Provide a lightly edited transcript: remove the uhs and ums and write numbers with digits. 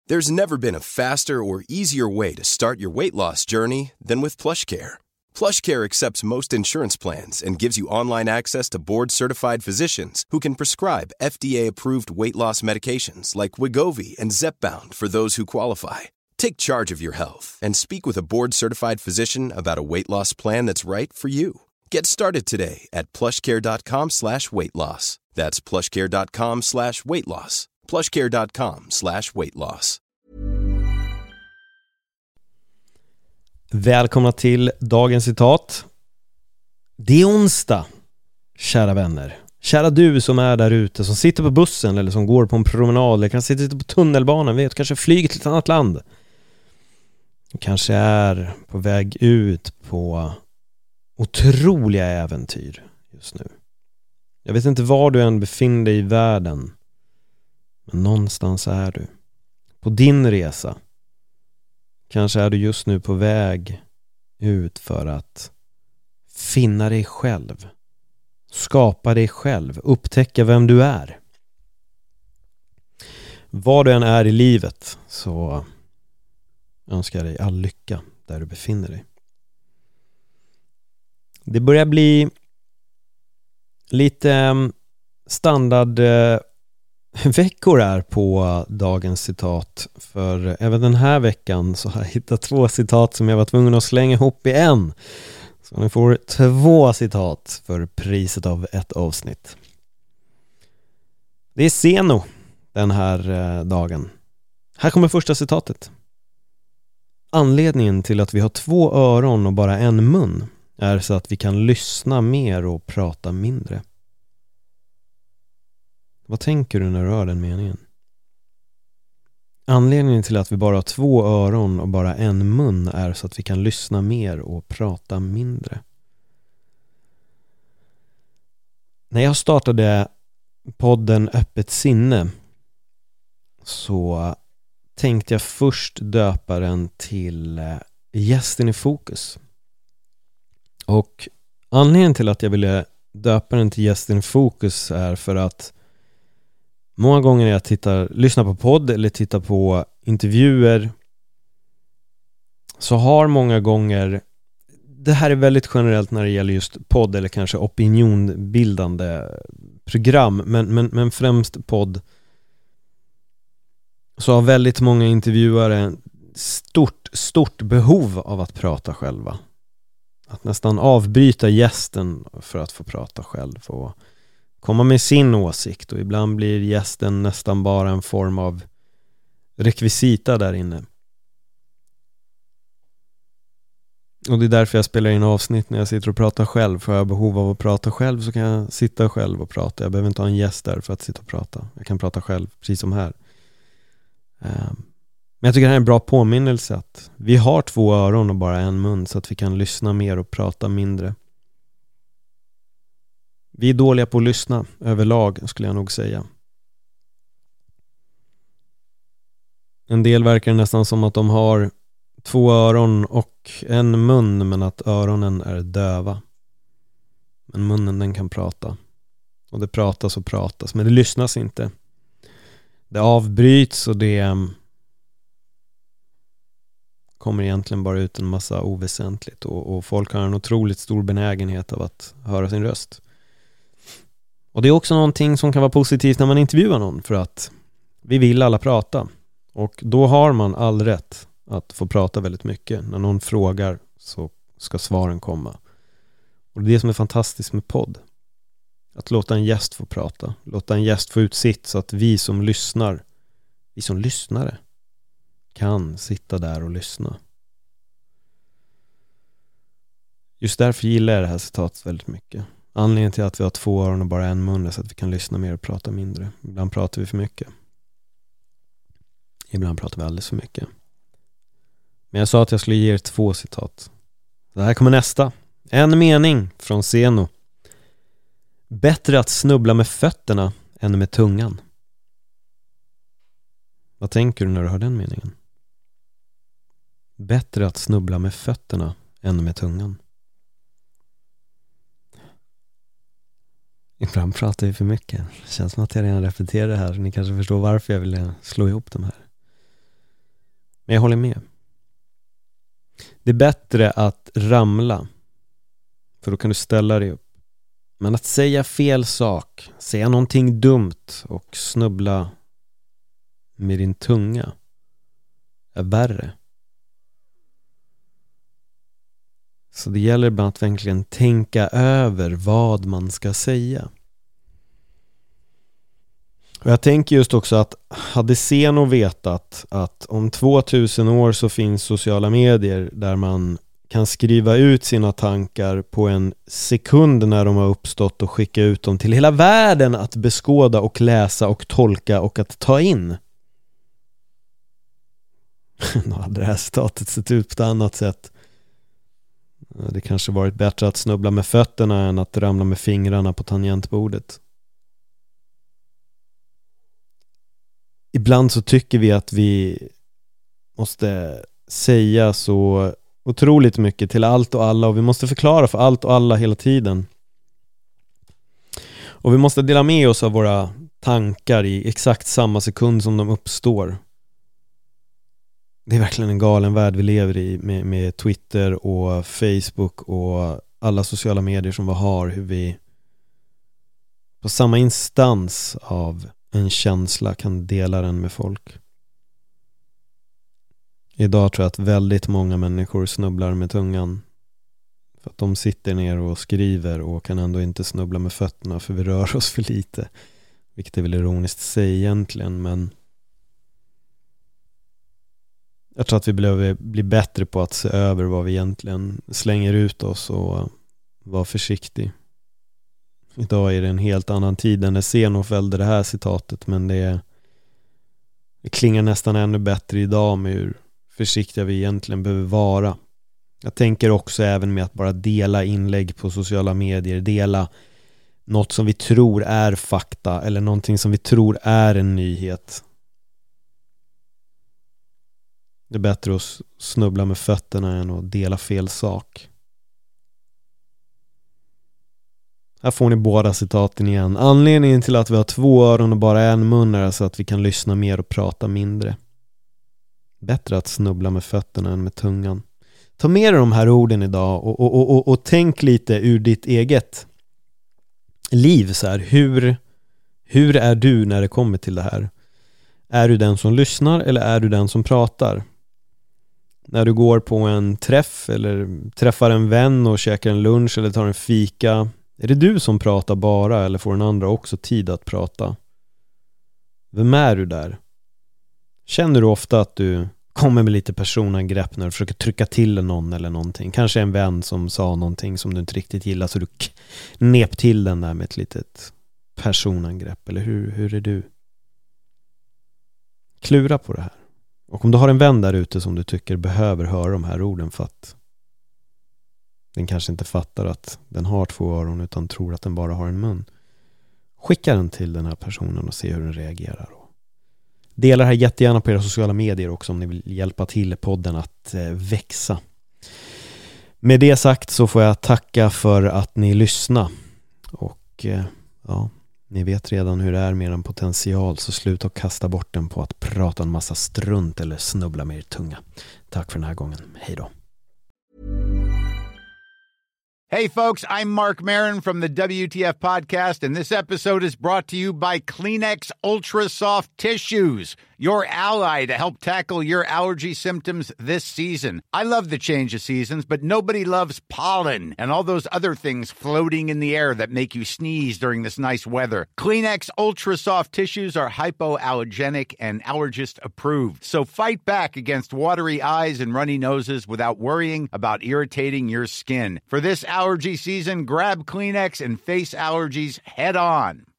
There's never been a faster or easier way to start your weight loss journey than with PlushCare. PlushCare accepts most insurance plans and gives you online access to board-certified physicians who can prescribe FDA-approved weight loss medications like Wegovy and Zepbound for those who qualify. Take charge of your health and speak with a board-certified physician about a weight loss plan that's right for you. Get started today at plushcare.com/weightloss. That's plushcare.com/weightloss. plushcare.com/weightloss. Välkomna till dagens citat. Det är onsdag, kära vänner. Kära du som är där ute, som sitter på bussen eller som går på en promenad eller kanske sitter på tunnelbanan, vet, kanske flyger till ett annat land. Kanske är på väg ut på otroliga äventyr just nu. Jag vet inte var du än befinner dig i världen, men någonstans är du på din resa. Kanske är du just nu på väg ut för att finna dig själv, skapa dig själv, upptäcka vem du är. Var du än är i livet så önskar jag dig all lycka där du befinner dig. Det börjar bli lite standard veckor är på dagens citat, för även den här veckan så har jag hittat 2 citat som jag var tvungen att slänga ihop i en. Så ni får 2 citat för priset av ett avsnitt. Det är Seno den här dagen. Här kommer första citatet. Anledningen till att vi har 2 öron och bara en mun är så att vi kan lyssna mer och prata mindre. Vad tänker du när du hör den meningen? Anledningen till att vi bara har 2 öron och bara en mun är så att vi kan lyssna mer och prata mindre. När jag startade podden Öppet sinne så tänkte jag först döpa den till Gästen i fokus. Och anledningen till att jag ville döpa den till Gästen i fokus är för att många gånger när jag lyssnar på podd eller tittar på intervjuer så har många gånger, det här är väldigt generellt när det gäller just podd eller kanske opinionbildande program, men främst podd, så har väldigt många intervjuare stort behov av att prata själva. Att nästan avbryta gästen för att få prata själv och komma med sin åsikt, och ibland blir gästen nästan bara en form av rekvisita där inne. Och det är därför jag spelar in avsnitt när jag sitter och pratar själv. För jag har behov av att prata själv så kan jag sitta själv och prata. Jag behöver inte ha en gäst där för att sitta och prata. Jag kan prata själv, precis som här. Men jag tycker det här är en bra påminnelse att vi har 2 öron och bara en mun så att vi kan lyssna mer och prata mindre. Vi är dåliga på att lyssna överlag, skulle jag nog säga. En del verkar nästan som att de har 2 öron och en mun, men att öronen är döva. Men munnen, den kan prata. Och det pratas och pratas, men det lyssnas inte. Det avbryts och det kommer egentligen bara ut en massa oväsentligt. Och folk har en otroligt stor benägenhet av att höra sin röst. Och det är också någonting som kan vara positivt när man intervjuar någon, för att vi vill alla prata. Och då har man all rätt att få prata väldigt mycket. När någon frågar så ska svaren komma. Och det är det som är fantastiskt med podd. Att låta en gäst få prata. Låta en gäst få ut sitt så att vi som lyssnare kan sitta där och lyssna. Just därför gillar jag det här citatet väldigt mycket. Anledningen till att vi har 2 öron och bara en mun är så att vi kan lyssna mer och prata mindre. Ibland pratar vi för mycket. Ibland pratar vi alldeles för mycket. Men jag sa att jag skulle ge er 2 citat. Så här kommer nästa. En mening från Seno. Bättre att snubbla med fötterna än med tungan. Vad tänker du när du hör den meningen? Bättre att snubbla med fötterna än med tungan. Ibland pratar vi för mycket. Det känns som att jag redan repeterar det här. Ni kanske förstår varför jag ville slå ihop de här. Men jag håller med. Det är bättre att ramla, för då kan du ställa dig upp. Men att säga fel sak, säga någonting dumt och snubbla med din tunga är värre. Så det gäller ibland att verkligen tänka över vad man ska säga. Och jag tänker just också att hade Zeno vetat att om 2000 år så finns sociala medier där man kan skriva ut sina tankar på en sekund när de har uppstått och skicka ut dem till hela världen att beskåda och läsa och tolka och att ta in. Då hade det här citatet sett ut på ett annat sätt. Det kanske varit bättre att snubbla med fötterna än att ramla med fingrarna på tangentbordet. Ibland så tycker vi att vi måste säga så otroligt mycket till allt och alla, och vi måste förklara för allt och alla hela tiden. Och vi måste dela med oss av våra tankar i exakt samma sekund som de uppstår. Det är verkligen en galen värld vi lever i med Twitter och Facebook och alla sociala medier som vi har, hur vi på samma instans av en känsla kan dela den med folk. Idag tror jag att väldigt många människor snubblar med tungan för att de sitter ner och skriver och kan ändå inte snubbla med fötterna för vi rör oss för lite, vilket är väl ironiskt att säga egentligen, men jag tror att vi behöver bli bättre på att se över vad vi egentligen slänger ut oss och vara försiktig. Idag är det en helt annan tid än när Zeno fällde det här citatet, men det klingar nästan ännu bättre idag med hur försiktiga vi egentligen behöver vara. Jag tänker också även med att bara dela inlägg på sociala medier, dela något som vi tror är fakta eller någonting som vi tror är en nyhet. Det är bättre att snubbla med fötterna än att dela fel sak. Här får ni båda citaten igen. Anledningen till att vi har 2 öron och bara en mun är så att vi kan lyssna mer och prata mindre. Bättre att snubbla med fötterna än med tungan. Ta med dig de här orden idag och tänk lite ur ditt eget liv. Så här, hur är du när det kommer till det här? Är du den som lyssnar eller är du den som pratar? När du går på en träff eller träffar en vän och käkar en lunch eller tar en fika, är det du som pratar bara eller får den andra också tid att prata? Vem är du där? Känner du ofta att du kommer med lite personangrepp när du försöker trycka till någon eller någonting? Kanske en vän som sa någonting som du inte riktigt gillar så du knep till den där med ett litet personangrepp. Eller hur är du? Klura på det här. Och om du har en vän där ute som du tycker behöver höra de här orden för att den kanske inte fattar att den har 2 öron utan tror att den bara har en mun. Skicka den till den här personen och se hur den reagerar. Dela det här jättegärna på era sociala medier också om ni vill hjälpa till podden att växa. Med det sagt så får jag tacka för att ni lyssnar. Och ja, ni vet redan hur det är med en potential, så sluta och kasta bort den på att prata en massa strunt eller snubbla med er tunga. Tack för den här gången. Hej då. Hey folks, I'm Mark Maron from the WTF podcast, and this episode is brought to you by Kleenex Ultra Soft Tissues, your ally to help tackle your allergy symptoms this season. I love the change of seasons, but nobody loves pollen and all those other things floating in the air that make you sneeze during this nice weather. Kleenex Ultra Soft Tissues are hypoallergenic and allergist approved, so fight back against watery eyes and runny noses without worrying about irritating your skin. For this allergy season, grab Kleenex and face allergies head on.